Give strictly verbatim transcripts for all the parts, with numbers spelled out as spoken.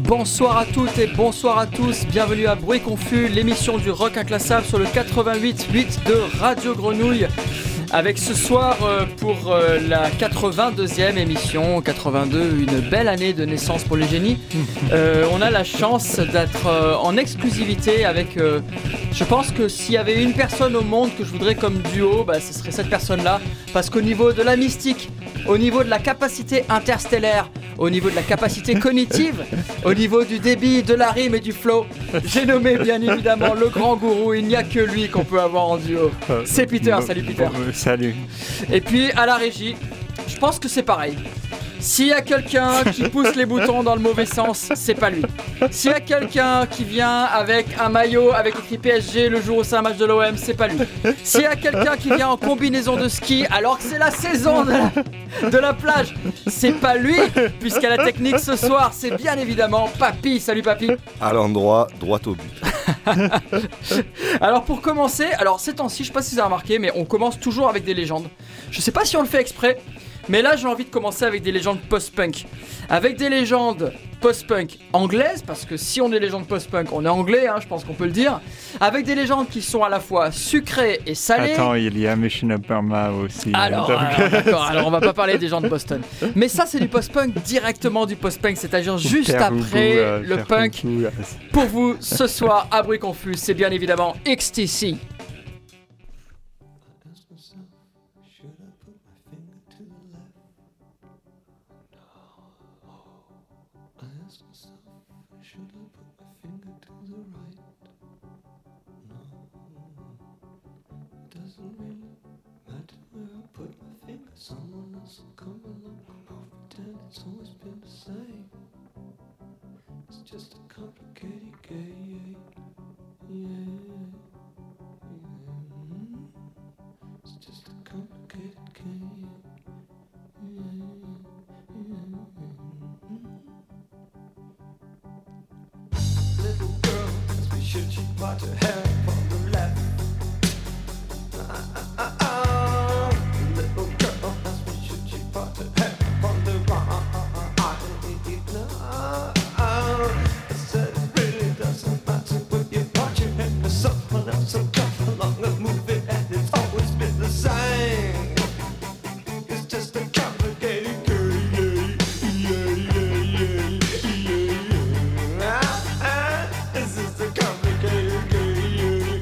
Bonsoir à toutes et bonsoir à tous, bienvenue à Bruit Confus, l'émission du rock inclassable sur le quatre-vingt-huit virgule huit de Radio Grenouille. Avec ce soir euh, pour euh, la quatre-vingt-deuxième émission, quatre-vingt-deux, une belle année de naissance pour les génies. Euh, on a la chance d'être euh, en exclusivité avec, euh, je pense que s'il y avait une personne au monde que je voudrais comme duo, bah, ce serait cette personne-là. Parce qu'au niveau de la mystique, au niveau de la capacité interstellaire, au niveau de la capacité cognitive, au niveau du débit, de la rime et du flow, j'ai nommé bien évidemment le grand gourou, il n'y a que lui qu'on peut avoir en duo. C'est Peter, salut Peter. Salut. Et puis à la régie, je pense que c'est pareil. S'il y a quelqu'un qui pousse les boutons dans le mauvais sens, c'est pas lui. S'il y a quelqu'un qui vient avec un maillot avec écrit P S G le jour où c'est un match de l'O M, c'est pas lui. S'il y a quelqu'un qui vient en combinaison de ski alors que c'est la saison de la, de la plage, c'est pas lui. Puisqu'à la technique ce soir, c'est bien évidemment Papy. Salut Papy. À l'endroit, droit au but. Alors pour commencer, alors ces temps-ci, je sais pas si vous avez remarqué, mais on commence toujours avec des légendes. Je sais pas si on le fait exprès, mais là j'ai envie de commencer avec des légendes post-punk. Avec des légendes post-punk anglaises, parce que si on est légende post-punk, on est anglais, hein, je pense qu'on peut le dire. Avec des légendes qui sont à la fois sucrées et salées. Attends, il y a Mission of Burma aussi. Alors, donc... alors, d'accord, alors on va pas parler des gens de Boston. Mais ça c'est du post-punk, directement du post-punk, c'est-à-dire juste Faire après boubou, euh, le faire punk. boubou, euh, Pour vous, ce soir, à Bruit Confus, c'est bien évidemment X T C. This is the complicated game.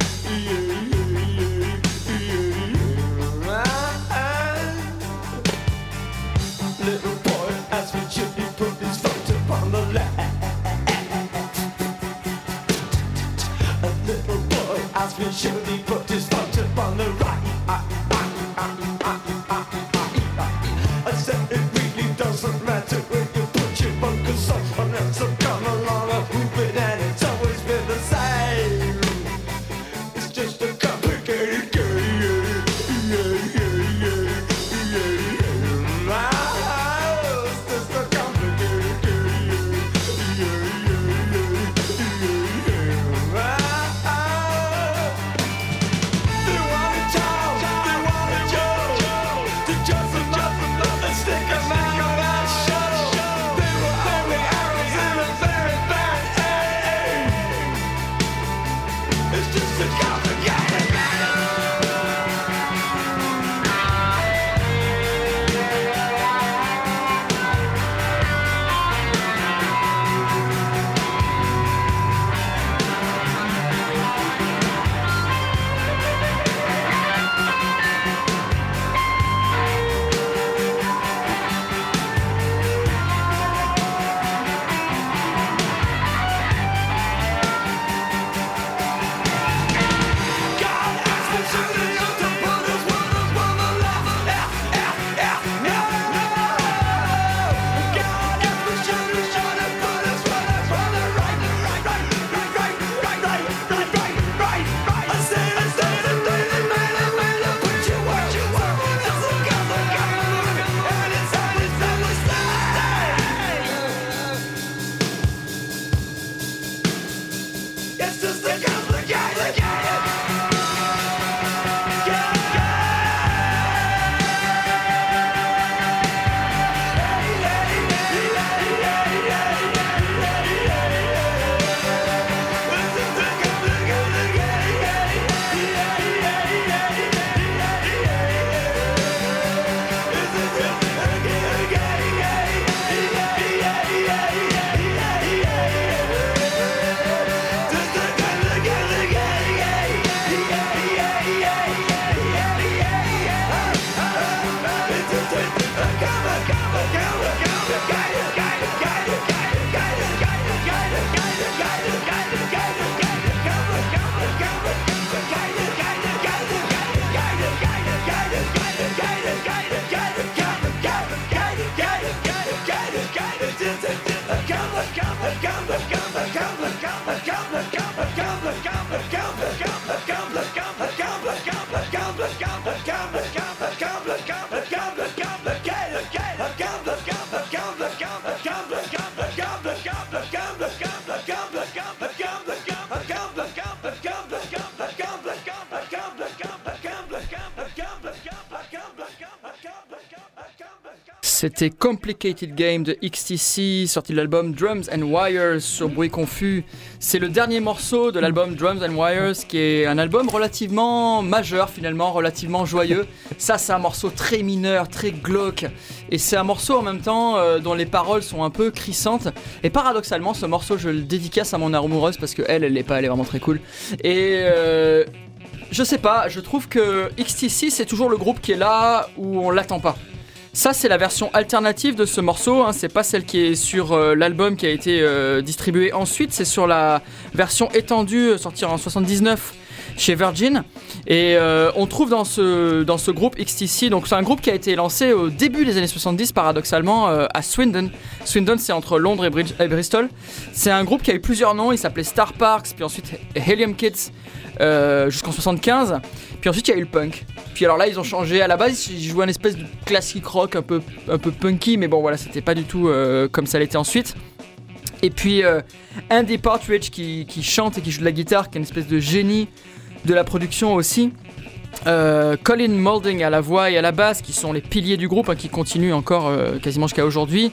C'était Complicated Game de X T C, sorti de l'album Drums and Wires sur Bruit Confus. C'est le dernier morceau de l'album Drums and Wires, qui est un album relativement majeur finalement, relativement joyeux. Ça, c'est un morceau très mineur, très glauque. Et c'est un morceau en même temps euh, dont les paroles sont un peu crissantes. Et paradoxalement, ce morceau, je le dédicace à mon amoureuse parce qu'elle, elle l'est pas, elle est vraiment très cool. Et... Euh, je sais pas, je trouve que X T C, c'est toujours le groupe qui est là où on l'attend pas. Ça, c'est la version alternative de ce morceau, hein. C'est pas celle qui est sur euh, l'album qui a été euh, distribué ensuite, c'est sur la version étendue euh, sortie en soixante-dix-neuf chez Virgin. Et euh, on trouve dans ce, dans ce groupe X T C, donc c'est un groupe qui a été lancé au début des années soixante-dix, paradoxalement, euh, à Swindon. Swindon, c'est entre Londres et, Bridge, et Bristol. C'est un groupe qui a eu plusieurs noms, il s'appelait Star Parks, puis ensuite Helium Kids, euh, jusqu'en soixante-quinze. Puis ensuite, il y a eu le punk. Puis alors là, ils ont changé. À la base, ils jouaient un espèce de classique rock un peu, un peu punky, mais bon, voilà, c'était pas du tout euh, comme ça l'était ensuite. Et puis, euh, Andy Partridge qui, qui chante et qui joue de la guitare, qui est une espèce de génie de la production aussi. Euh, Colin Moulding à la voix et à la basse, qui sont les piliers du groupe, hein, qui continuent encore euh, quasiment jusqu'à aujourd'hui,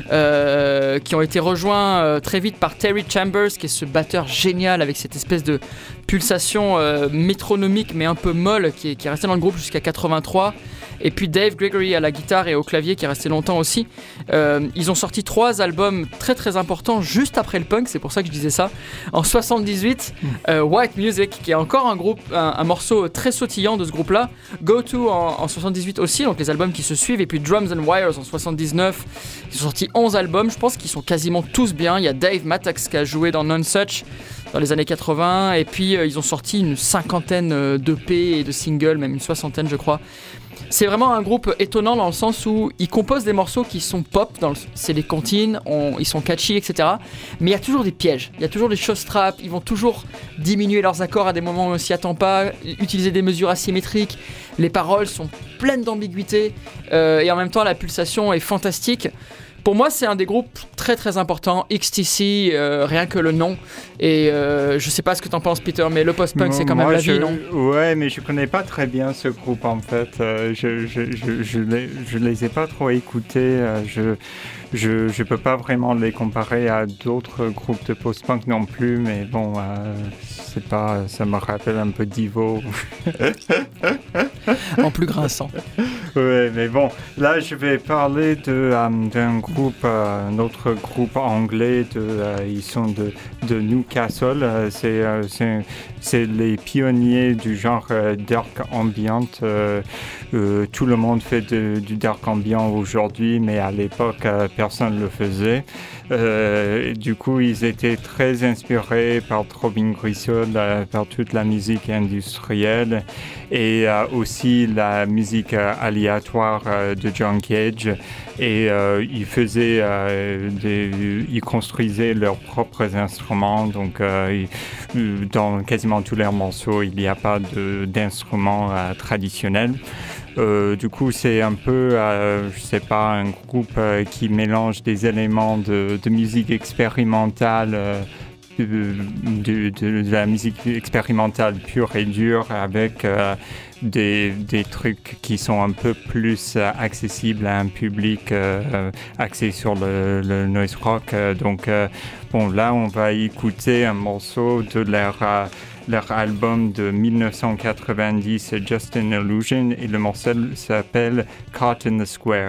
euh, qui ont été rejoints euh, très vite par Terry Chambers, qui est ce batteur génial avec cette espèce de pulsation euh, métronomique mais un peu molle, qui est, qui est resté dans le groupe jusqu'à quatre-vingt-trois. Et puis Dave Gregory à la guitare et au clavier, qui est resté longtemps aussi. Euh, ils ont sorti trois albums très très importants juste après le punk, c'est pour ça que je disais ça. En soixante-dix-huit, mmh. euh, White Music, qui est encore un groupe, un, un morceau très sautillant de ce groupe-là. Go To en, en soixante-dix-huit aussi, donc les albums qui se suivent. Et puis Drums and Wires en soixante-dix-neuf. Ils ont sorti onze albums, je pense qu'ils sont quasiment tous bien. Il y a Dave Mattox qui a joué dans None Such dans les années quatre-vingts. Et puis euh, ils ont sorti une cinquantaine euh, d'E P et de singles, même une soixantaine je crois. C'est vraiment un groupe étonnant dans le sens où ils composent des morceaux qui sont pop, dans le, c'est des comptines, on, ils sont catchy, et cetera. Mais il y a toujours des pièges, il y a toujours des choses trap, ils vont toujours diminuer leurs accords à des moments où on ne s'y attend pas, utiliser des mesures asymétriques, les paroles sont pleines d'ambiguïté euh, et en même temps la pulsation est fantastique. Pour moi, c'est un des groupes très très importants, X T C, euh, rien que le nom. Et euh, je sais pas ce que t'en penses, Peter, mais le post-punk, c'est quand même la je, vie, non? Ouais, mais je connais pas très bien ce groupe en fait. Euh, je, je, je, je, les, je les ai pas trop écoutés. Euh, je, je, je peux pas vraiment les comparer à d'autres groupes de post-punk non plus, mais bon, euh, c'est pas, ça me rappelle un peu Devo. En plus grinçant. Ouais, mais bon, là je vais parler de, um, d'un groupe, euh, un autre groupe anglais, de, euh, ils sont de, de Newcastle, euh, c'est, euh, c'est, c'est les pionniers du genre euh, dark ambient. Euh, euh, tout le monde fait de, du dark ambient aujourd'hui, mais à l'époque euh, personne ne le faisait. Euh, du coup, ils étaient très inspirés par Robin Griswold, euh, par toute la musique industrielle et euh, aussi la musique euh, aléatoire euh, de John Cage. Et euh, ils faisaient, euh, des, ils construisaient leurs propres instruments. Donc, euh, ils, dans quasiment tous leurs morceaux, il n'y a pas de, d'instruments euh, traditionnels. Euh, du coup, c'est un peu, euh, je sais pas, un groupe euh, qui mélange des éléments de, de musique expérimentale, euh, de, de, de, de la musique expérimentale pure et dure, avec euh, des, des trucs qui sont un peu plus euh, accessibles à un public euh, axé sur le, le noise rock. Euh, donc, euh, bon, là, on va écouter un morceau de leur euh, leur album de dix-neuf cent quatre-vingt-dix, Just an Illusion, et le morceau s'appelle Caught in the Square.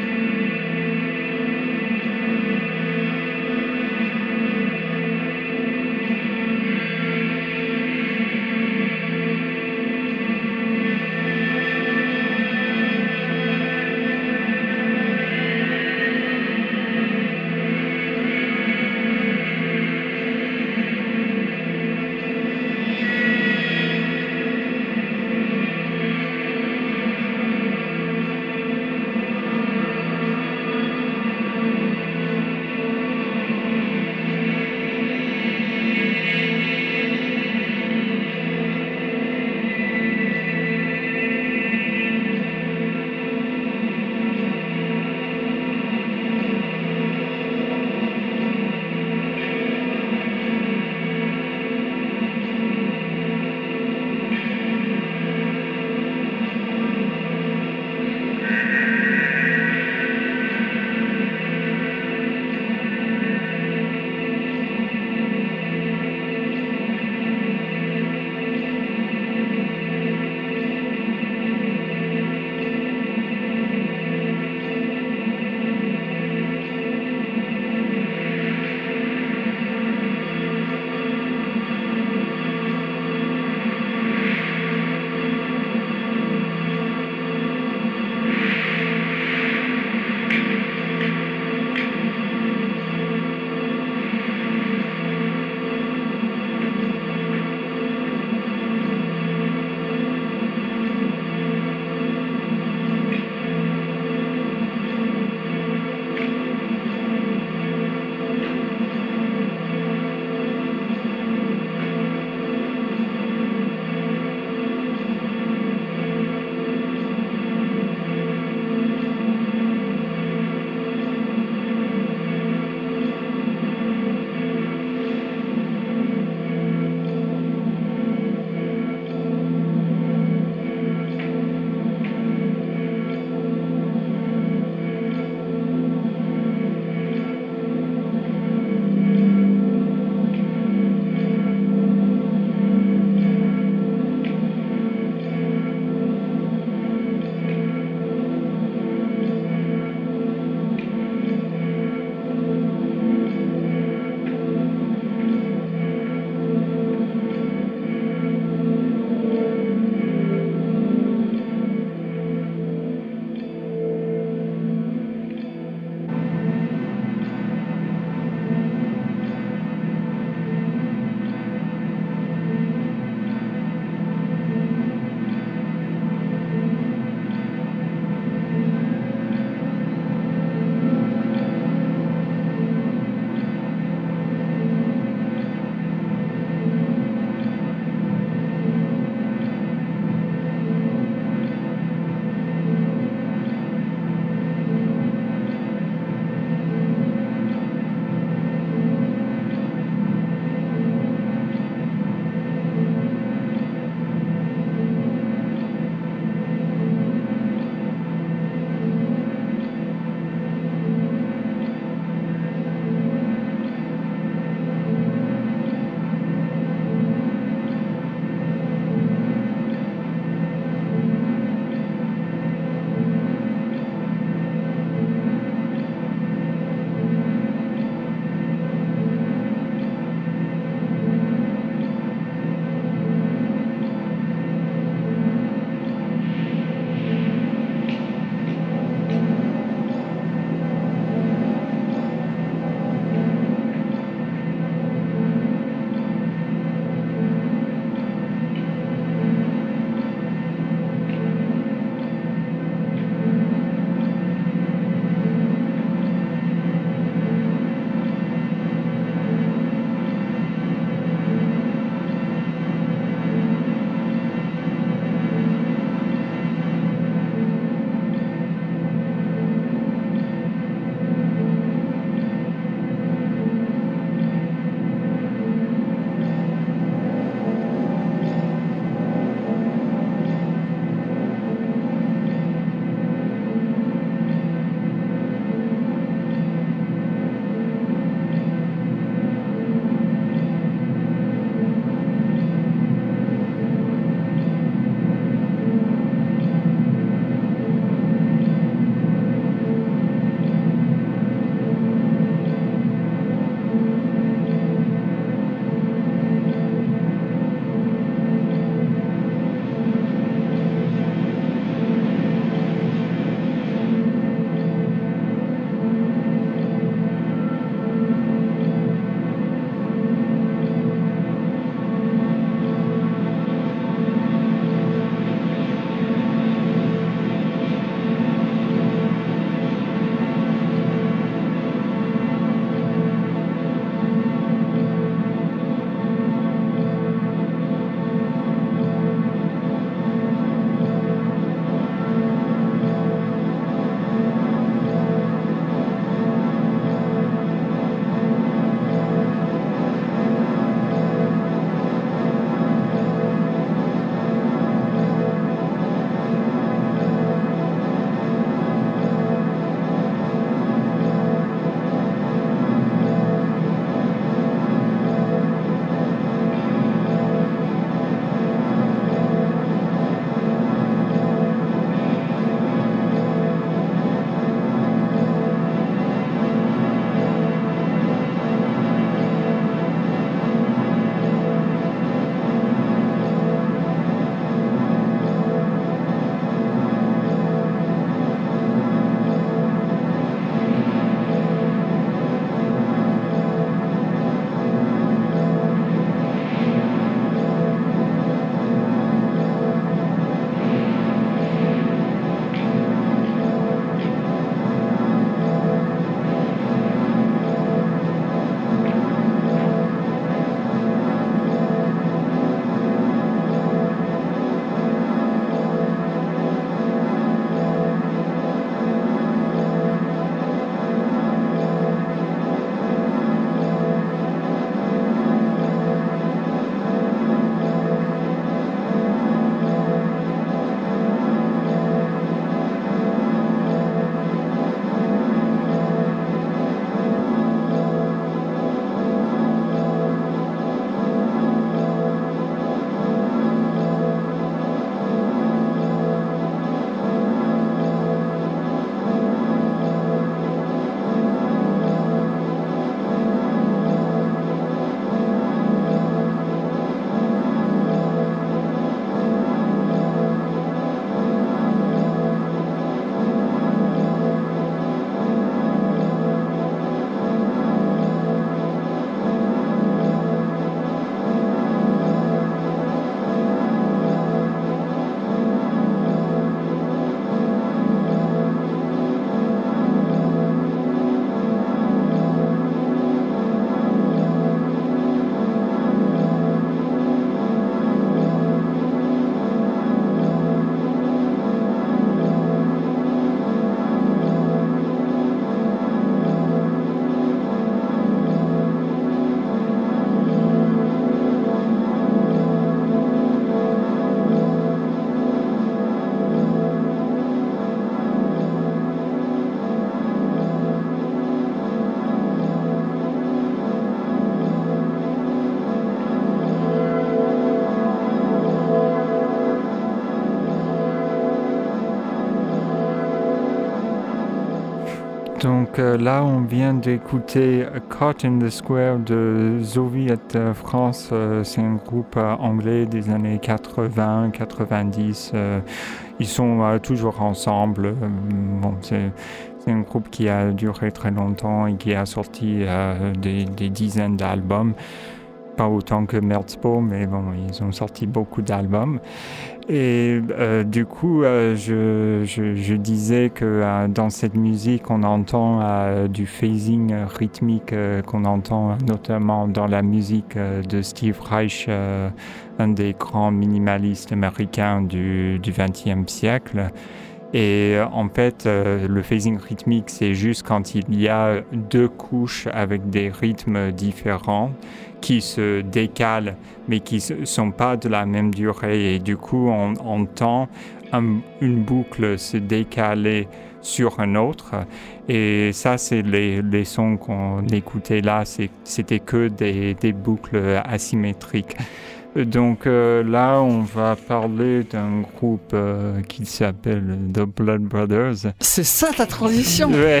Donc euh, là, on vient d'écouter Caught in the Square de Soviet France. Euh, c'est un groupe euh, anglais des années quatre-vingts quatre-vingt-dix. Euh, ils sont euh, toujours ensemble. Euh, bon, c'est, c'est un groupe qui a duré très longtemps et qui a sorti euh, des, des dizaines d'albums. Pas autant que Merzbow, mais bon, ils ont sorti beaucoup d'albums. Et euh, du coup, euh, je, je, je disais que euh, dans cette musique, on entend euh, du phasing euh, rythmique euh, qu'on entend notamment dans la musique euh, de Steve Reich, euh, un des grands minimalistes américains du, du vingtième siècle. Et euh, en fait, euh, le phasing rythmique, c'est juste quand il y a deux couches avec des rythmes différents qui se décalent, mais qui ne sont pas de la même durée. Et du coup, on, on entend un, une boucle se décaler sur un autre. Et ça, c'est les, les sons qu'on écoutait là, c'est, c'était que des, des boucles asymétriques. Donc euh, là, on va parler d'un groupe euh, qui s'appelle The Blood Brothers. C'est ça ta transition? Ouais.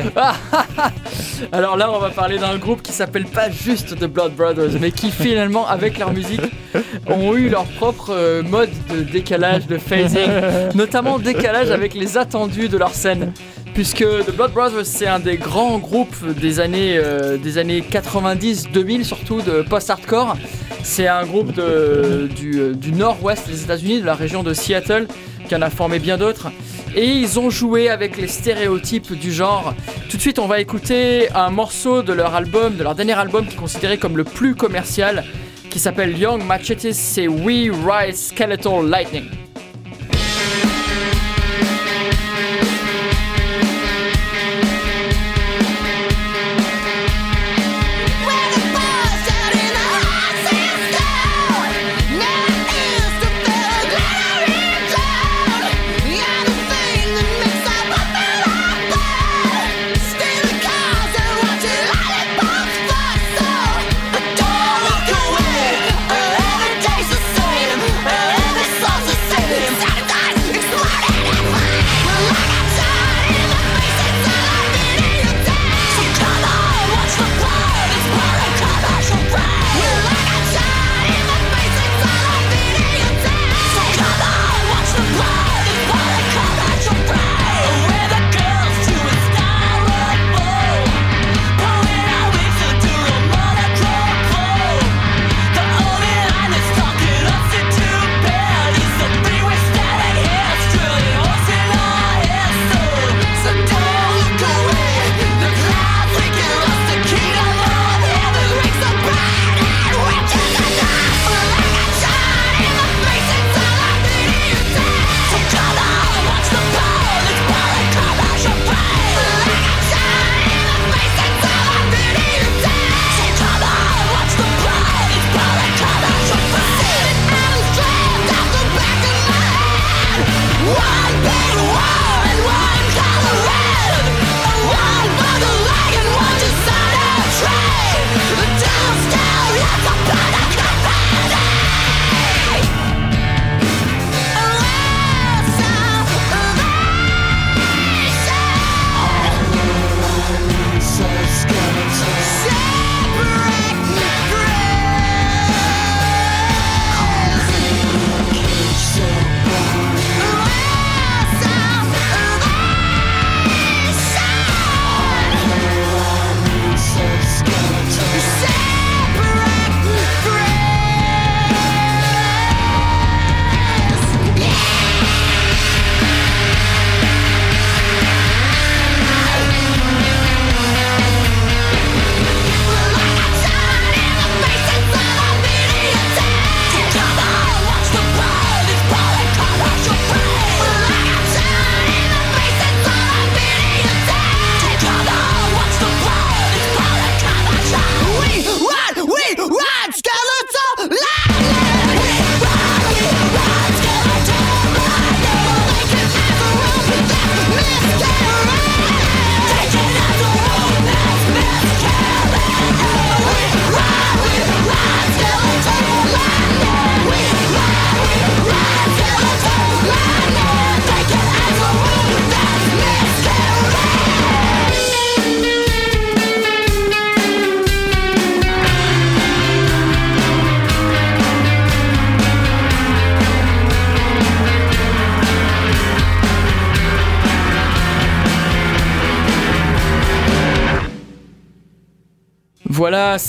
Alors là, on va parler d'un groupe qui s'appelle pas juste The Blood Brothers, mais qui finalement, avec leur musique, ont eu leur propre euh, mode de décalage, de phasing, notamment décalage avec les attendus de leur scène. Puisque The Blood Brothers, c'est un des grands groupes des années, euh, des années quatre-vingt-dix deux mille, surtout de post-hardcore. C'est un groupe de, du, du nord-ouest des États-Unis, de la région de Seattle, qui en a formé bien d'autres. Et ils ont joué avec les stéréotypes du genre. Tout de suite, on va écouter un morceau de leur album, de leur dernier album, qui est considéré comme le plus commercial, qui s'appelle Young Machetes, c'est We Rise Skeletal Lightning. Taste the same, every sauce the same. Voilà,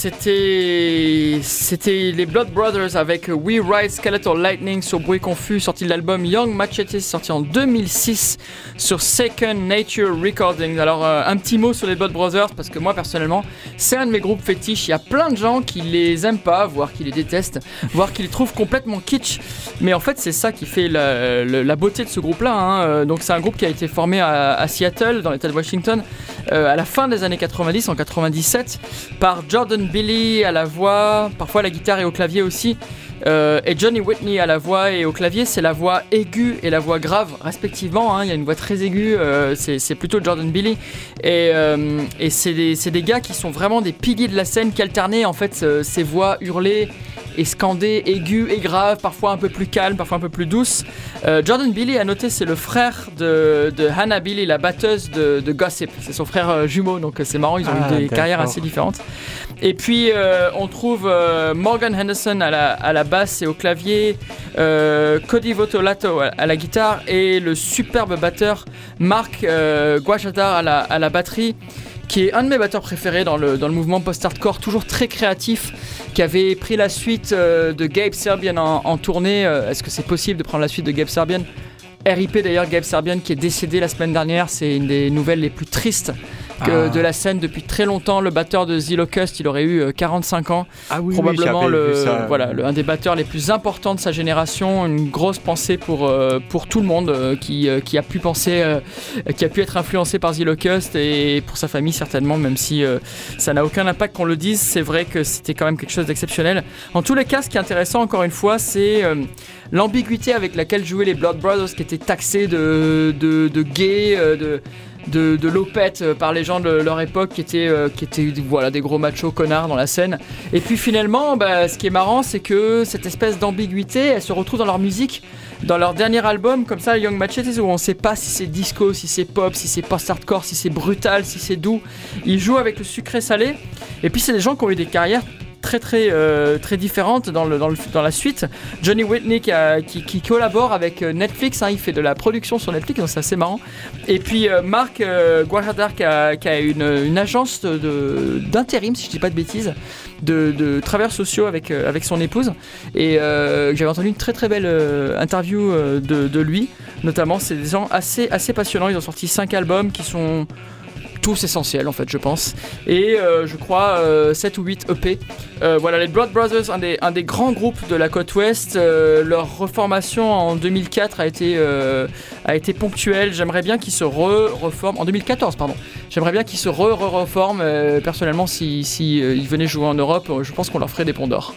c'était c'était les Blood Brothers avec We Ride Skeletal Lightning sur Bruit Confus, sorti de l'album Young Machete, sorti en deux mille six sur Second Nature Recordings. Alors euh, un petit mot sur les Blood Brothers, parce que moi personnellement c'est un de mes groupes fétiches. Il y a plein de gens qui les aiment pas, voire qui les détestent, voire qui les trouvent complètement kitsch, mais en fait c'est ça qui fait la, la, la beauté de ce groupe là, hein. Donc c'est un groupe qui a été formé à, à Seattle dans l'état de Washington euh, à la fin des années quatre-vingt-dix, en quatre-vingt-dix-sept, par Jordan Billy à la voix, parfois à la guitare et au clavier aussi, euh, et Johnny Whitney à la voix et au clavier. C'est la voix aiguë et la voix grave respectivement, hein. Il y a une voix très aiguë, euh, c'est, c'est plutôt Jordan Billy, et, euh, et c'est, des, c'est des gars qui sont vraiment des piliers de la scène, qui alternaient en fait euh, ces voix hurlées et scandées, aiguës et graves, parfois un peu plus calmes, parfois un peu plus douces. Euh, Jordan Billy, à noter, c'est le frère de, de Hannah Billy, la batteuse de, de Gossip. C'est son frère euh, jumeau, donc c'est marrant, ils ont ah, eu des d'accord. carrières assez différentes. Et puis euh, on trouve euh, Morgan Henderson à la, à la basse et au clavier, euh, Cody Votolato à, à la guitare, et le superbe batteur Mark euh, Guajadar à la, à la batterie, qui est un de mes batteurs préférés dans le, dans le mouvement post-hardcore, toujours très créatif, qui avait pris la suite euh, de Gabe Serbian en, en tournée. Euh, est-ce que c'est possible de prendre la suite de Gabe Serbian ? R I P d'ailleurs, Gabe Serbian, qui est décédé la semaine dernière. C'est une des nouvelles les plus tristes que ah. de la scène depuis très longtemps. Le batteur de The Locust, il aurait eu euh, quarante-cinq ans. Ah oui, probablement oui, le, ça, voilà, oui. le, un des batteurs les plus importants de sa génération. Une grosse pensée pour, euh, pour tout le monde euh, qui, euh, qui a pu penser, euh, qui a pu être influencé par The Locust, et pour sa famille certainement, même si euh, ça n'a aucun impact qu'on le dise. C'est vrai que c'était quand même quelque chose d'exceptionnel. En tous les cas, ce qui est intéressant encore une fois, c'est euh, l'ambiguïté avec laquelle jouaient les Blood Brothers, qui étaient taxés de, de, de gays, euh, de de, de l'opette par les gens de leur époque, qui étaient, euh, qui étaient voilà, des gros machos connards dans la scène. Et puis finalement, bah, ce qui est marrant, c'est que cette espèce d'ambiguïté, elle se retrouve dans leur musique, dans leur dernier album, comme ça, Young Machete, où on sait pas si c'est disco, si c'est pop, si c'est post-hardcore, si c'est brutal, si c'est doux. Ils jouent avec le sucré-salé. Et puis c'est des gens qui ont eu des carrières très très euh, très différentes dans le, dans le dans la suite. Johnny Whitney qui, a, qui, qui collabore avec Netflix, hein, il fait de la production sur Netflix, donc c'est assez marrant. Et puis euh, Mark euh, Guajadar qui a, qui a une, une agence de, d'intérim, si je dis pas de bêtises, de, de travailleurs sociaux avec euh, avec son épouse. Et euh, j'avais entendu une très très belle euh, interview euh, de, de lui. Notamment, c'est des gens assez assez passionnants. Ils ont sorti cinq albums qui sont tous essentiels en fait, je pense, et euh, je crois euh, sept ou huit E P. Euh, voilà, les Blood Brothers, un des, un des grands groupes de la côte ouest. Euh, leur reformation en deux mille quatre a été, euh, a été ponctuelle. J'aimerais bien qu'ils se re- reforment en deux mille quatorze, pardon. J'aimerais bien qu'ils se re- re- reforment. Euh, personnellement, si, si euh, ils venaient jouer en Europe, je pense qu'on leur ferait des ponts d'or.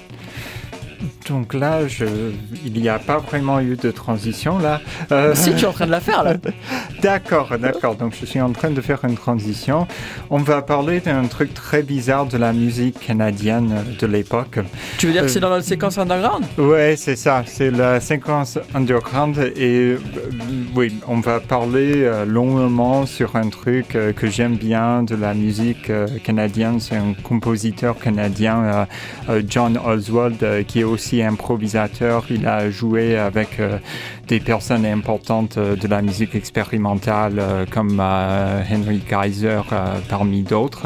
Donc là, je... il n'y a pas vraiment eu de transition là. Euh... Si, tu es en train de la faire là. D'accord, d'accord. Donc je suis en train de faire une transition. On va parler d'un truc très bizarre de la musique canadienne de l'époque. Tu veux dire que c'est dans la séquence underground ? Ouais, c'est ça. C'est la séquence underground. Et euh, oui, on va parler euh, longuement sur un truc euh, que j'aime bien de la musique euh, canadienne. C'est un compositeur canadien, euh, euh, John Oswald, euh, qui est aussi improvisateur. Il a joué avec euh, des personnes importantes euh, de la musique expérimentale euh, comme euh, Henry Geiser euh, parmi d'autres.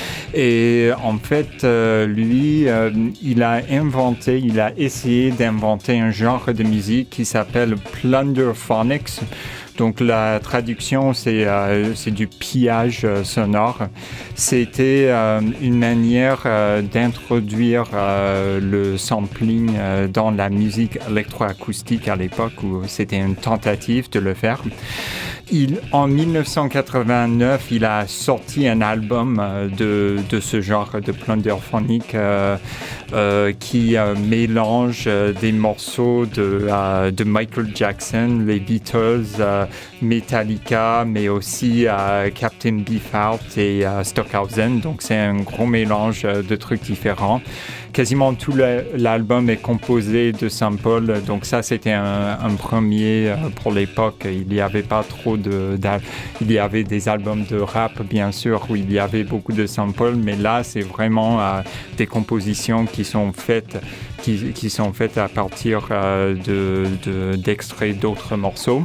Et en fait, euh, lui, euh, il a inventé, il a essayé d'inventer un genre de musique qui s'appelle plunderphonics. Donc la traduction, c'est, euh, c'est du pillage euh, sonore. C'était euh, une manière euh, d'introduire euh, le sampling euh, dans la musique électroacoustique à l'époque, où c'était une tentative de le faire. Il, en dix-neuf cent quatre-vingt-neuf, il a sorti un album euh, de, de ce genre de plunderphonique euh, euh, qui euh, mélange euh, des morceaux de, euh, de Michael Jackson, les Beatles, euh, Metallica, mais aussi euh, Captain Beefheart et euh, Stockhausen. Donc c'est un gros mélange euh, de trucs différents. Quasiment tout le, l'album est composé de samples, donc ça c'était un, un premier euh, pour l'époque. Il n'y avait pas trop de, de... Il y avait des albums de rap bien sûr où il y avait beaucoup de samples, mais là c'est vraiment euh, des compositions qui sont faites, qui, qui sont faites à partir euh, de, de, d'extraits d'autres morceaux.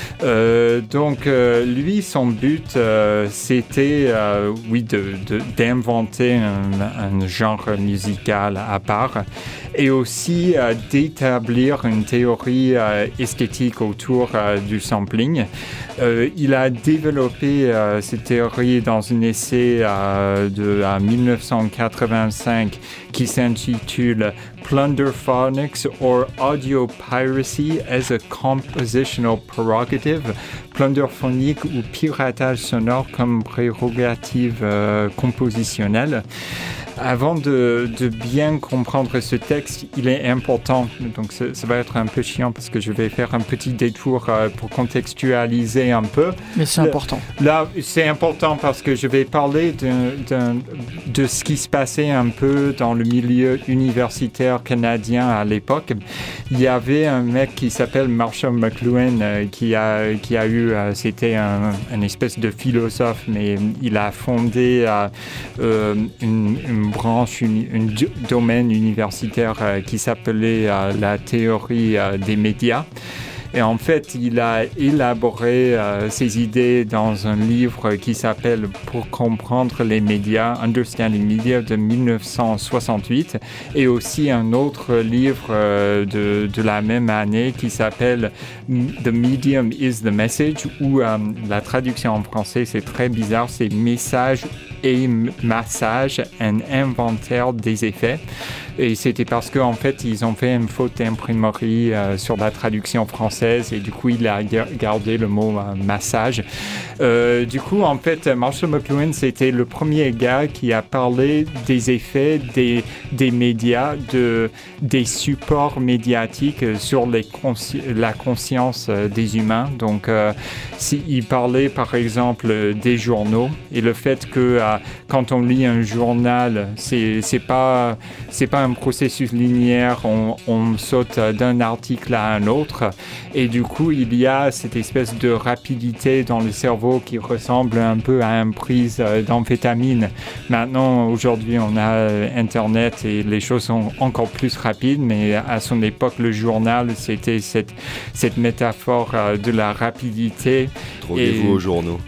Euh, donc, euh, lui, son but, euh, c'était, euh, oui, de, de, d'inventer un, un genre musical à part et aussi euh, d'établir une théorie euh, esthétique autour euh, du sampling. Euh, il a développé euh, cette théorie dans un essai euh, de euh, dix-neuf cent quatre-vingt-cinq qui s'intitule Plunderphonics or Audio Piracy as a Compositional Prerogative, plunderphonique ou piratage sonore comme prérogative euh, compositionnelle. Avant de, de bien comprendre ce texte, il est important, donc ça, ça va être un peu chiant parce que je vais faire un petit détour euh, pour contextualiser un peu. Mais c'est Le, important. Là, c'est important parce que je vais parler de, de, de ce qui se passait un peu dans le milieu universitaire canadien à l'époque. Il y avait un mec qui s'appelle Marshall McLuhan euh, qui, a, qui a eu, euh, c'était un, une espèce de philosophe, mais il a fondé euh, euh, une, une branche, une, une d- domaine universitaire euh, qui s'appelait euh, la théorie euh, des médias. Et en fait, il a élaboré euh, ses idées dans un livre qui s'appelle « Pour comprendre les médias », Understanding Media de dix-neuf cent soixante-huit, et aussi un autre livre euh, de, de la même année qui s'appelle « The Medium is the Message », où euh, la traduction en français, c'est très bizarre, c'est « Message et massage, un inventaire des effets ». Et c'était parce qu'en fait, ils ont fait une faute d'imprimerie euh, sur la traduction française et du coup, il a gardé le mot euh, massage. Euh, du coup, en fait, Marshall McLuhan, c'était le premier gars qui a parlé des effets des, des médias, de, des supports médiatiques sur les consci- la conscience euh, des humains. Donc, euh, s'il parlait par exemple des journaux et le fait que euh, quand on lit un journal, c'est, c'est pas, c'est pas un processus linéaire, on, on saute d'un article à un autre et du coup il y a cette espèce de rapidité dans le cerveau qui ressemble un peu à une prise d'amphétamine. Maintenant, aujourd'hui, on a Internet et les choses sont encore plus rapides, mais à son époque, le journal, c'était cette, cette métaphore de la rapidité. Droguez-vous et... aux journaux.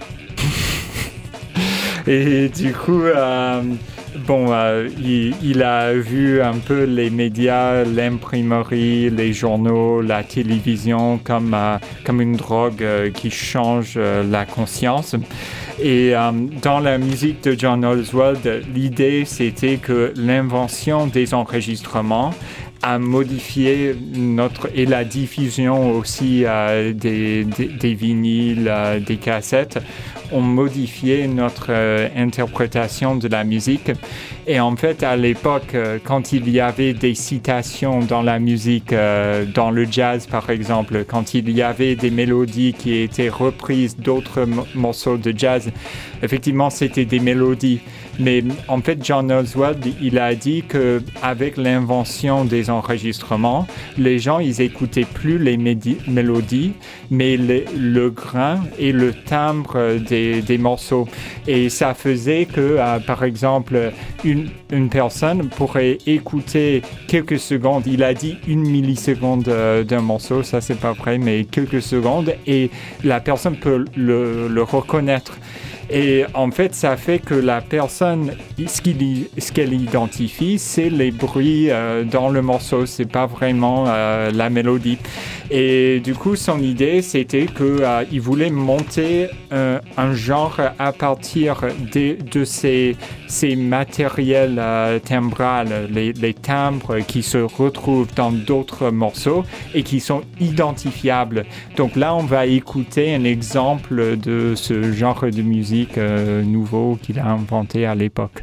Et du coup... Euh, Bon, euh, il, il a vu un peu les médias, l'imprimerie, les journaux, la télévision comme, euh, comme une drogue euh, qui change euh, la conscience. Et euh, dans la musique de John Oswald, l'idée c'était que l'invention des enregistrements a modifié notre et la diffusion aussi euh, des, des, des vinyles, euh, des cassettes ont modifié notre euh, interprétation de la musique. Et en fait, à l'époque, euh, quand il y avait des citations dans la musique, euh, dans le jazz par exemple, quand il y avait des mélodies qui étaient reprises d'autres m- morceaux de jazz, effectivement, c'était des mélodies. Mais en fait, John Oswald, il a dit qu'avec l'invention des enregistrements, les gens, ils écoutaient plus les médi- mélodies, mais les, le grain et le timbre des, des morceaux. Et ça faisait que, euh, par exemple, une, une personne pourrait écouter quelques secondes, il a dit une milliseconde euh, d'un morceau, ça c'est pas vrai, mais quelques secondes, et la personne peut le, le reconnaître. Et en fait, ça fait que la personne, ce, qu'il, ce qu'elle identifie, c'est les bruits euh, dans le morceau, c'est pas vraiment euh, la mélodie. Et du coup, son idée, c'était qu'il euh, voulait monter euh, un genre à partir de, de ces, ces matériels euh, timbrales, les, les timbres qui se retrouvent dans d'autres morceaux et qui sont identifiables. Donc là, on va écouter un exemple de ce genre de musique Euh, nouveau qu'il a inventé à l'époque.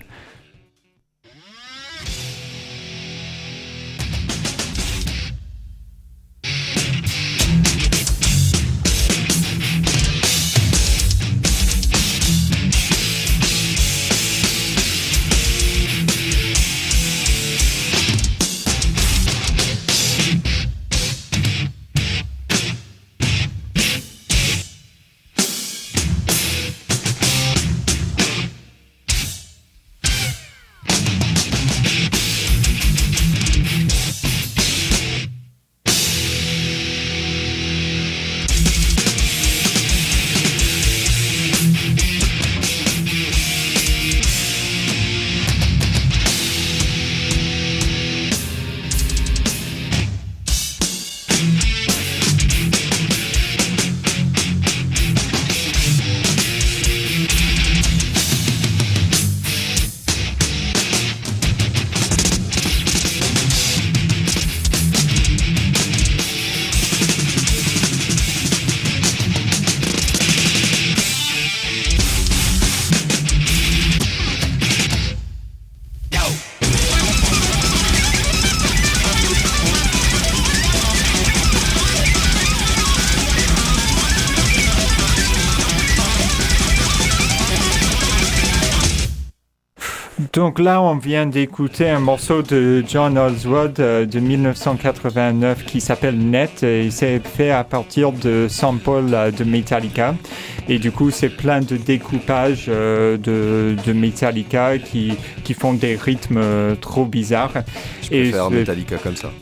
Donc là, on vient d'écouter un morceau de John Holdsworth euh, de dix-neuf cent quatre-vingt-neuf qui s'appelle Net et c'est fait à partir de samples euh, de Metallica. Et du coup, c'est plein de découpages euh, de, de Metallica qui, qui font des rythmes euh, trop bizarres. Je préfère Metallica comme ça.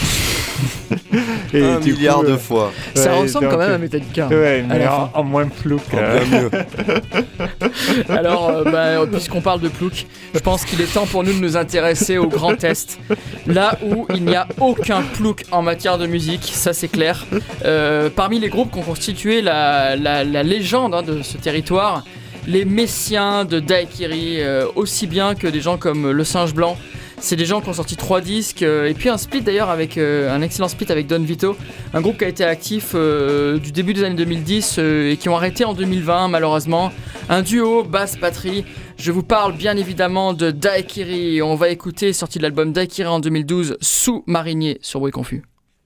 Et un milliard coup, de fois. Ça ouais, ressemble donc, quand même à Metallica. Ouais, mais en, en moins plouc. En Euh... bien mieux. Alors, euh, bah, puisqu'on parle de plouc, je pense qu'il est temps pour nous de nous intéresser au Grand Est. Là où il n'y a aucun plouc en matière de musique, ça c'est clair. Euh, parmi les groupes qui ont constitué la, la, la légende hein, de ce territoire, les Messiens de Daiquiri, euh, aussi bien que des gens comme Le Singe Blanc. C'est des gens qui ont sorti trois disques euh, et puis un split d'ailleurs avec euh, un excellent split avec Don Vito, un groupe qui a été actif euh, du début des années deux mille dix euh, et qui ont arrêté en deux mille vingt malheureusement. Un duo basse batterie. Je vous parle bien évidemment de Daiquiri. On va écouter, sorti de l'album Daiquiri en deux mille douze, Sous-Marinier sur Bruit Confus.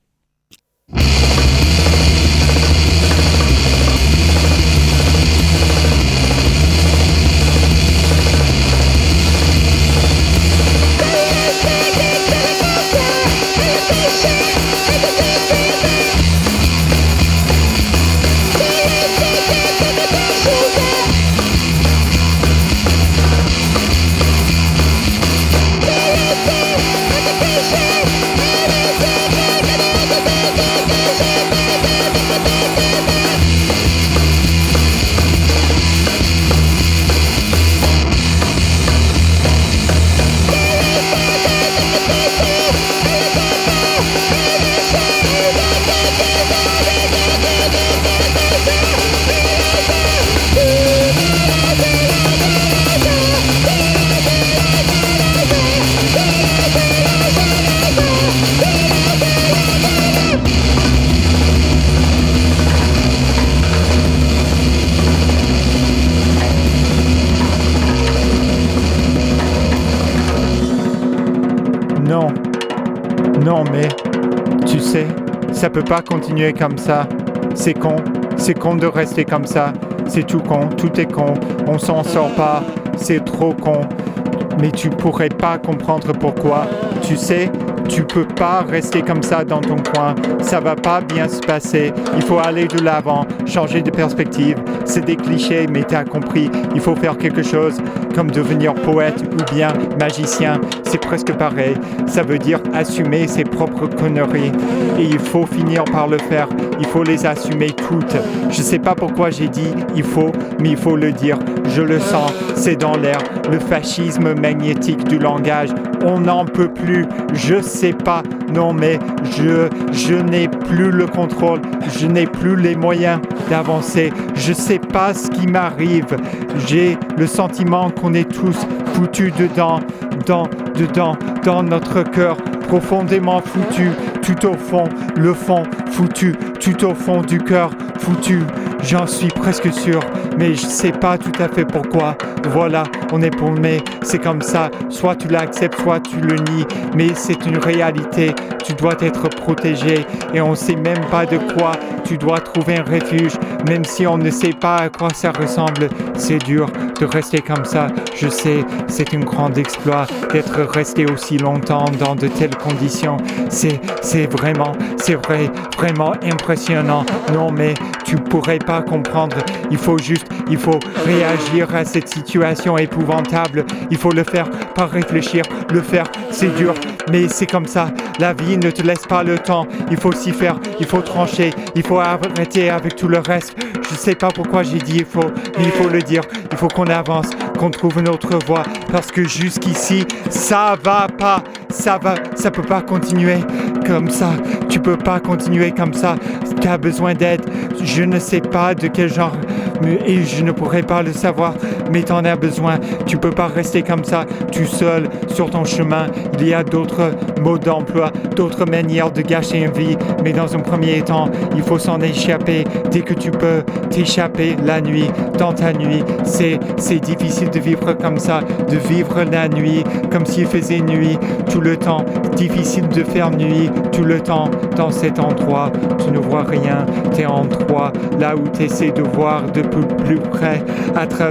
Non, non mais, tu sais, ça peut pas continuer comme ça. C'est con, c'est con de rester comme ça. C'est tout con, tout est con, on s'en sort pas, c'est trop con. Mais tu pourrais pas comprendre pourquoi. Tu sais, tu peux pas rester comme ça dans ton coin. Ça va pas bien se passer. Il faut aller de l'avant, changer de perspective. C'est des clichés, mais t'as compris. Il faut faire quelque chose, comme devenir poète ou bien magicien. C'est presque pareil. Ça veut dire assumer ses propres conneries. Et il faut finir par le faire. Il faut les assumer toutes. Je sais pas pourquoi j'ai dit il faut, mais il faut le dire. Je le sens, c'est dans l'air. Le fascisme magnétique du langage. On n'en peut plus. Je sais pas. Non mais je, je n'ai plus le contrôle. Je n'ai plus les moyens d'avancer. Je sais pas ce qui m'arrive. J'ai le sentiment qu'on est tous foutus dedans, dans, dedans, dans notre cœur, profondément foutus, tout au fond, le fond foutu, tout au fond du cœur foutu. J'en suis presque sûr, mais je sais pas tout à fait pourquoi. Voilà, on est paumé, c'est comme ça. Soit tu l'acceptes, soit tu le nies, mais c'est une réalité. Tu dois être protégé et on sait même pas de quoi. Tu dois trouver un refuge, même si on ne sait pas à quoi ça ressemble. C'est dur de rester comme ça. Je sais, c'est un grand exploit d'être resté aussi longtemps dans de telles conditions. C'est, c'est vraiment, c'est vrai, vraiment impressionnant. Non, mais tu pourrais pas comprendre. Il faut juste, il faut réagir à cette situation épouvantable. Il faut le faire, pas réfléchir. Le faire, c'est dur, mais c'est comme ça. La vie ne te laisse pas le temps. Il faut s'y faire, il faut trancher, il faut arrêter avec tout le reste. Je sais pas pourquoi j'ai dit il faut, mais il faut le dire. Il faut qu'on avance, qu'on trouve notre voie, parce que jusqu'ici, ça va pas. Ça va, ça peut pas continuer comme ça. Tu peux pas continuer comme ça. Tu as besoin d'aide. Je ne sais pas de quel genre et je ne pourrais pas le savoir, mais t'en as besoin. Tu peux pas rester comme ça, tout seul sur ton chemin. Il y a d'autres modes d'emploi, d'autres manières de gâcher une vie, mais dans un premier temps, il faut s'en échapper. Dès que tu peux t'échapper la nuit, dans ta nuit, c'est, c'est difficile de vivre comme ça, de vivre la nuit comme s'il faisait nuit tout le temps. Difficile de faire nuit tout le temps dans cet endroit. Tu ne vois rien, t'es en toi, là où t'essaies de voir de plus, plus près à travers la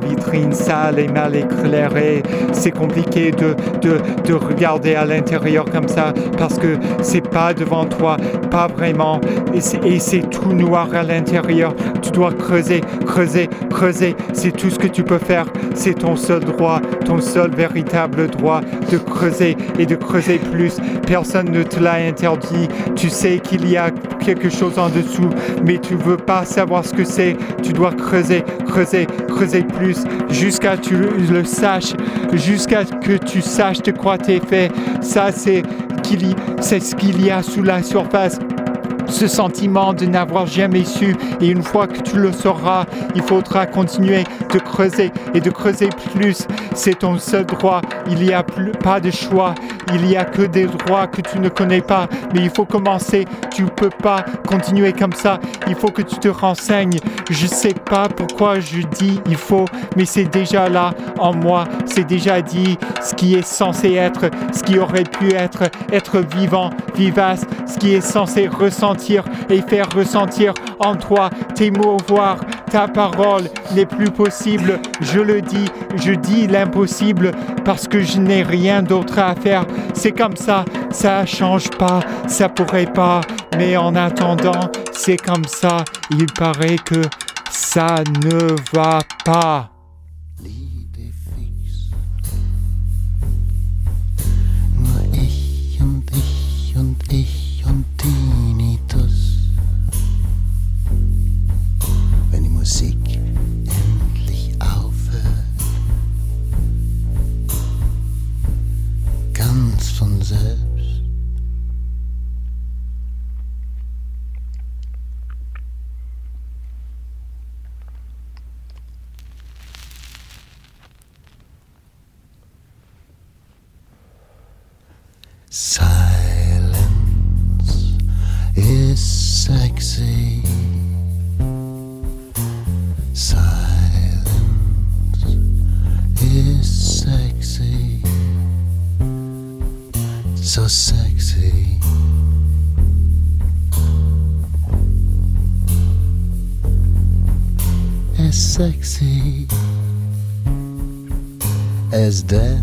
vitrine sale et mal éclairée. C'est compliqué de, de, de regarder à l'intérieur comme ça parce que c'est pas devant toi, pas vraiment. Et c'est, et c'est tout noir à l'intérieur. Tu dois creuser, creuser, creuser. C'est tout ce que tu peux faire. C'est ton seul droit, ton seul véritable droit de creuser et de creuser plus. Personne ne te l'a interdit. Tu sais qu'il y a quelque chose en dessous, mais tu veux pas savoir ce que c'est. Tu dois creuser, creuser, creuser plus jusqu'à ce que tu le saches, jusqu'à ce que tu saches de quoi t'es fait. Ça, c'est, qu'il y, c'est ce qu'il y a sous la surface. Ce sentiment de n'avoir jamais su, et une fois que tu le sauras, il faudra continuer de creuser et de creuser plus. C'est ton seul droit, il n'y a plus, pas de choix, il n'y a que des droits que tu ne connais pas, mais il faut commencer, tu ne peux pas continuer comme ça, il faut que tu te renseignes. Je ne sais pas pourquoi je dis il faut, mais c'est déjà là en moi, c'est déjà dit ce qui est censé être, ce qui aurait pu être, être vivant, vivace, ce qui est censé ressentir et faire ressentir en toi, t'émouvoir. Ta parole n'est plus possible, je le dis, je dis l'impossible parce que je n'ai rien d'autre à faire. C'est comme ça, ça change pas, ça pourrait pas, mais en attendant, c'est comme ça, il paraît que ça ne va pas. Wenn die Musik endlich aufhört, ganz von selbst. Silence is sexy. Silence is sexy. So sexy. As sexy as death.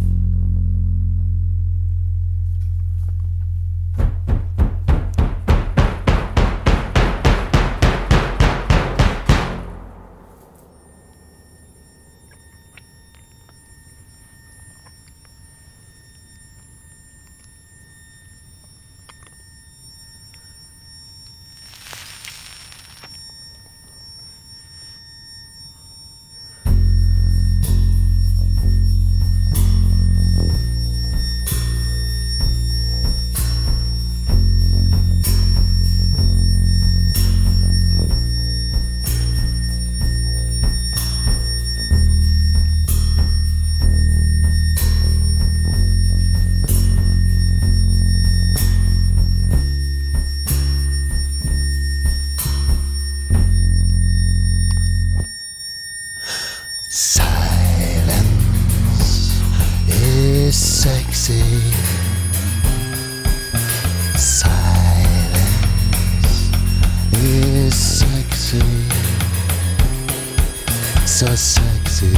So sexy.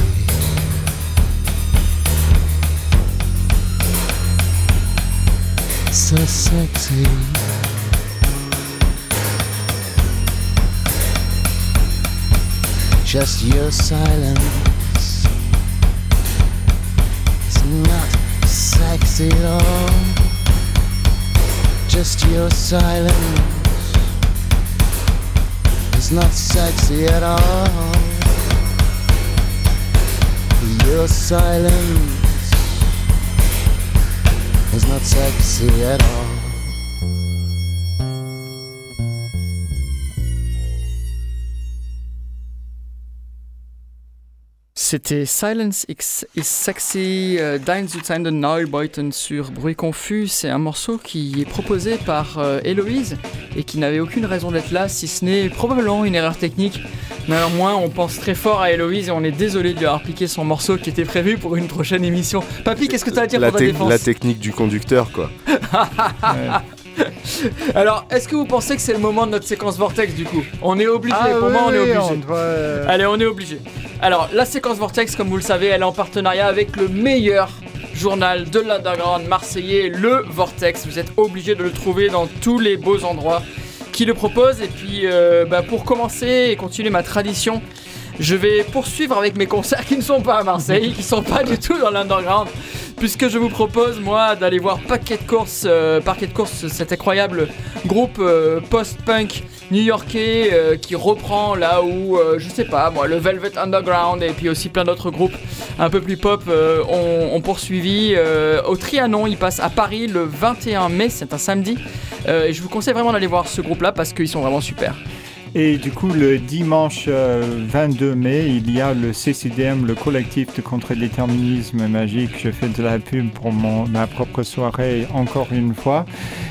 So sexy. Just your silence is not sexy at all. Just your silence is not sexy at all. Your silence is not sexy at all. C'était Silence is Sexy euh, d'Eins zu den Neubauten sur Bruit Confus. C'est un morceau qui est proposé par euh, Héloïse et qui n'avait aucune raison d'être là, si ce n'est probablement une erreur technique. Néanmoins, on pense très fort à Héloïse et on est désolé de lui avoir piqué son morceau qui était prévu pour une prochaine émission. Papy, qu'est-ce que tu as à dire la pour ta te- défense ? La technique du conducteur, quoi. Ouais. Alors, est-ce que vous pensez que c'est le moment de notre séquence Vortex du coup ? On est obligé, ah, pour oui, moi on est oui, obligé. on doit, euh... Allez, on est obligé. Alors, la séquence Vortex, comme vous le savez, elle est en partenariat avec le meilleur journal de l'underground marseillais, le Vortex. Vous êtes obligés de le trouver dans tous les beaux endroits qui le proposent. Et puis, euh, bah, pour commencer et continuer ma tradition, je vais poursuivre avec mes concerts qui ne sont pas à Marseille, qui ne sont pas du tout dans l'underground, puisque je vous propose, moi, d'aller voir Parquet de Course, euh, Parquet de Course, cet incroyable groupe euh, post-punk new-yorkais euh, qui reprend là où, euh, je sais pas, moi, le Velvet Underground et puis aussi plein d'autres groupes un peu plus pop euh, ont, ont poursuivi. Euh, au Trianon, ils passent à Paris le vingt et un mai, c'est un samedi, euh, et je vous conseille vraiment d'aller voir ce groupe-là parce qu'ils sont vraiment super. Et du coup, le dimanche euh, vingt-deux mai, il y a le C C D M, le collectif de contre-déterminisme magique. Je fais de la pub pour mon, ma propre soirée encore une fois.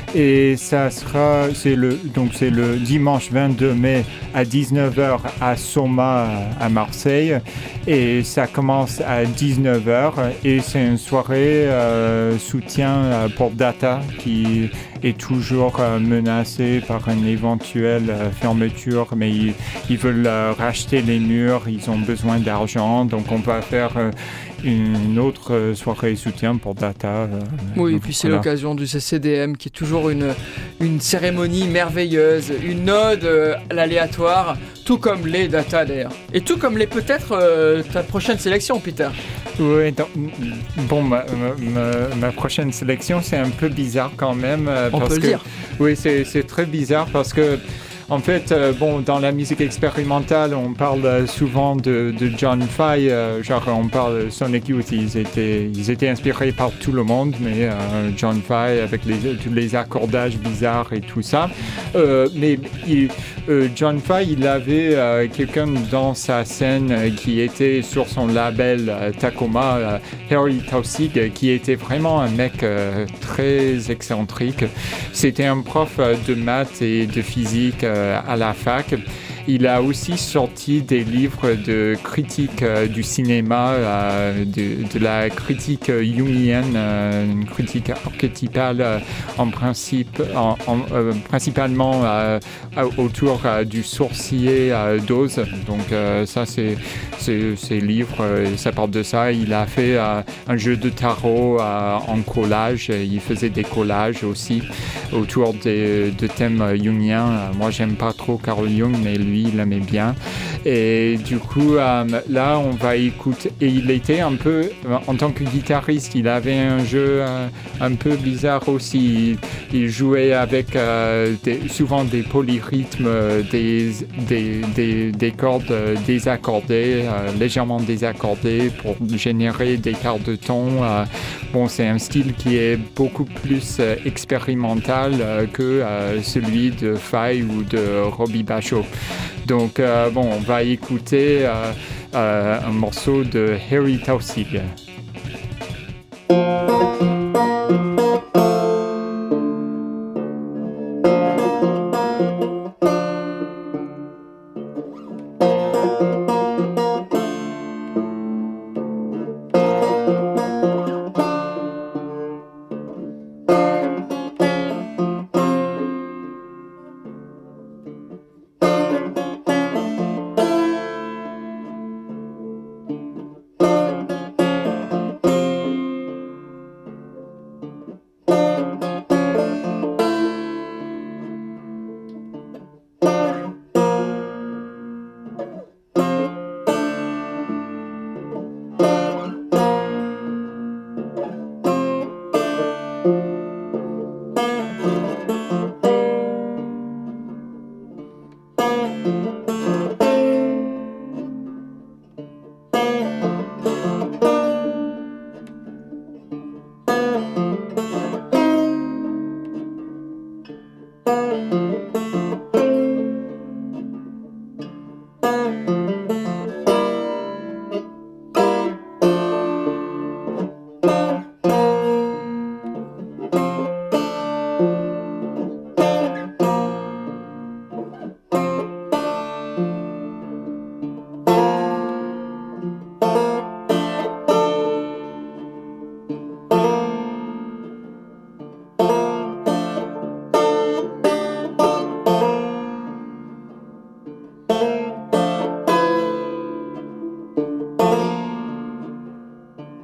Et ça sera, c'est le, donc c'est le dimanche vingt-deux mai à dix-neuf heures à Soma à Marseille. Et ça commence à dix-neuf heures et c'est une soirée euh, soutien euh, pour Data qui est toujours euh, menacé par une éventuelle euh, fermeture, mais ils, ils veulent euh, racheter les murs, ils ont besoin d'argent, donc on va faire euh, une autre euh, soirée soutien pour Data. Euh, oui, et puis c'est voilà. L'occasion du C C D M qui est toujours une, une cérémonie merveilleuse, une ode euh, à l'aléatoire, tout comme les Data d'ailleurs. Et tout comme les peut-être euh, ta prochaine sélection, Peter. Oui, donc, bon, ma, ma, ma prochaine sélection, c'est un peu bizarre quand même. Euh, On parce peut que, le dire. Oui, c'est, c'est très bizarre parce que en fait, euh, bon, dans la musique expérimentale, on parle souvent de, de John Fye, euh, genre on parle de Sonic Youth, ils étaient, ils étaient inspirés par tout le monde, mais euh, John Fye avec les, tous les accordages bizarres et tout ça. Euh, mais il, euh, John Fye, il avait euh, quelqu'un dans sa scène euh, qui était sur son label euh, Tacoma, euh, Harry Tausig, qui était vraiment un mec euh, très excentrique. C'était un prof euh, de maths et de physique euh, à la fac. Il a aussi sorti des livres de critique euh, du cinéma, euh, de, de la critique jungienne, euh, une critique archétypale euh, en principe, en, en, euh, principalement euh, autour euh, du sourcier euh, d'Oz. Donc euh, ça, c'est, c'est, c'est livres, euh, ça parle de ça. Il a fait euh, un jeu de tarot euh, en collage. Il faisait des collages aussi autour des, de thèmes jungiens. Moi, j'aime pas trop Carl Jung, mais lui, il aimait bien. Et du coup, euh, là, on va écouter. Et il était un peu, en tant que guitariste, il avait un jeu euh, un peu bizarre aussi. Il, il jouait avec euh, des, souvent des polyrythmes, des, des, des, des cordes désaccordées, euh, légèrement désaccordées pour générer des quarts de ton. Euh, bon, c'est un style qui est beaucoup plus euh, expérimental euh, que euh, celui de Fye ou de Robbie Bachot. Donc, euh, bon, on va écouter euh, euh, un morceau de Harry Tausig.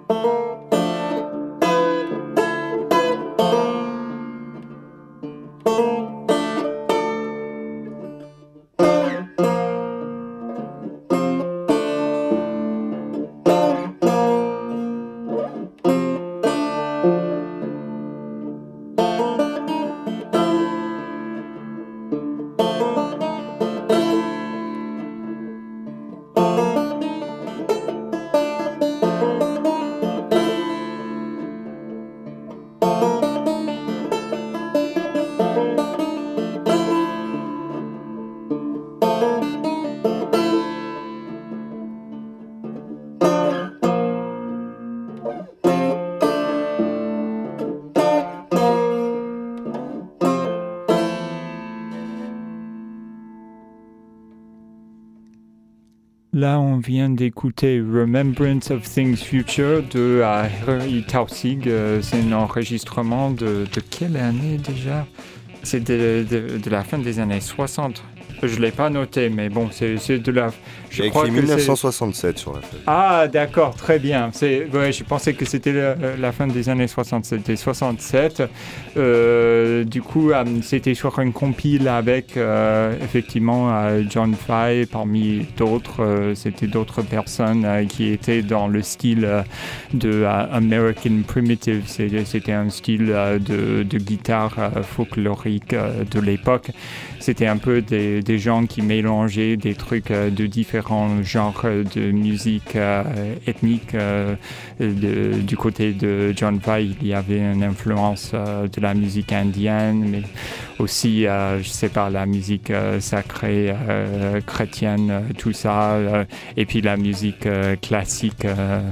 Là, on vient d'écouter Remembrance of Things Future de uh, Harry Tausig. Euh, c'est un enregistrement de, de quelle année déjà ? C'est de, de, de la fin des années soixante. Je ne l'ai pas noté, mais bon, c'est, c'est de la... Je J'ai crois écrit que dix-neuf cent soixante-sept c'est... sur la feuille. Ah, d'accord, très bien. C'est... Ouais, je pensais que c'était la, la fin des années soixante. C'était soixante-sept. Euh, du coup, euh, c'était sur une compile avec, euh, effectivement, euh, John Fye, parmi d'autres. Euh, c'était d'autres personnes euh, qui étaient dans le style euh, de euh, American Primitive. C'était, c'était un style euh, de, de guitare euh, folklorique euh, de l'époque. C'était un peu des, des gens qui mélangeaient des trucs euh, de différents genres de musique euh, ethnique. Euh, de, du côté de John Fye, il y avait une influence euh, de la musique indienne, mais aussi, euh, je sais pas, la musique euh, sacrée euh, chrétienne, euh, tout ça, euh, et puis la musique euh, classique euh,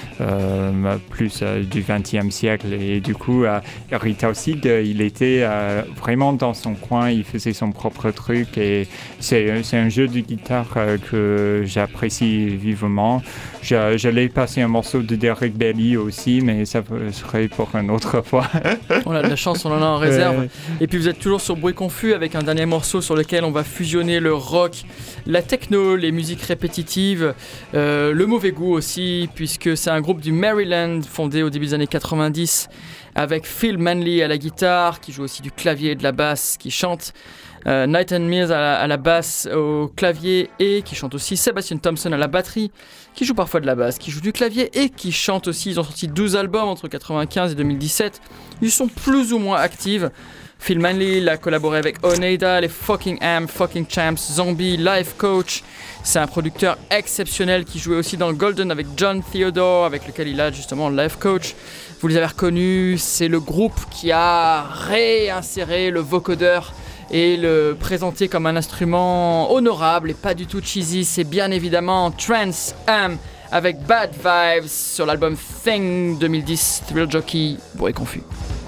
euh, plus euh, du vingtième siècle. Et du coup, euh, Harry Tausig, euh, il était euh, vraiment dans son coin, il faisait son propre truc, et c'est, c'est un jeu de guitare euh, que j'apprécie vivement. Je, j'allais passer un morceau de Derek Bailey aussi, mais ça serait pour une autre fois. On a de la chance, on en a en réserve. Ouais. Et puis vous êtes toujours sur Bruit Confus avec un dernier morceau sur lequel on va fusionner le rock, la techno, les musiques répétitives, euh, le mauvais goût aussi, puisque c'est un groupe du Maryland fondé au début des années quatre-vingt-dix avec Phil Manley à la guitare, qui joue aussi du clavier et de la basse, qui chante. Euh, Nathan Mills à la, à la basse, au clavier, et qui chante aussi. Sebastian Thompson à la batterie, qui joue parfois de la basse, qui joue du clavier et qui chante aussi. Ils ont sorti douze albums entre quatre-vingt-quinze et deux mille dix-sept. Ils sont plus ou moins actifs. Phil Manley il a collaboré avec Oneida, les Fucking Am, Fucking Champs, Zombie, Life Coach. C'est un producteur exceptionnel qui jouait aussi dans Golden avec John Theodore, avec lequel il a justement Life Coach. Vous les avez reconnus, c'est le groupe qui a réinséré le vocodeur et le présenter comme un instrument honorable et pas du tout cheesy. C'est bien évidemment Trance Am avec Bad Vibes sur l'album Thing deux mille dix, Thrill Jockey, Bruit Confus.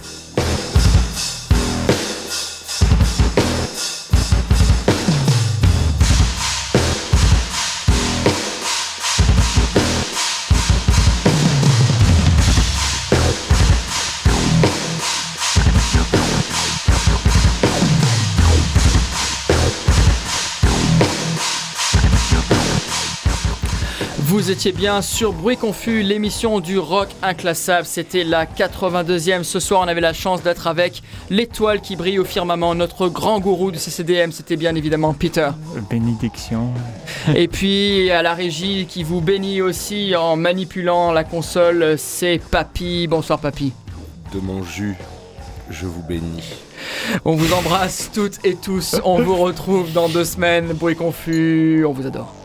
Vous étiez bien sur Bruit Confus, l'émission du rock inclassable. C'était la quatre-vingt-deuxième. Ce soir, on avait la chance d'être avec l'étoile qui brille au firmament, notre grand gourou du C C D M. C'était bien évidemment Peter. Bénédiction. Et puis, à la régie qui vous bénit aussi en manipulant la console, c'est Papy. Bonsoir Papy. De mon jus, je vous bénis. On vous embrasse toutes et tous. On vous retrouve dans deux semaines. Bruit Confus, on vous adore.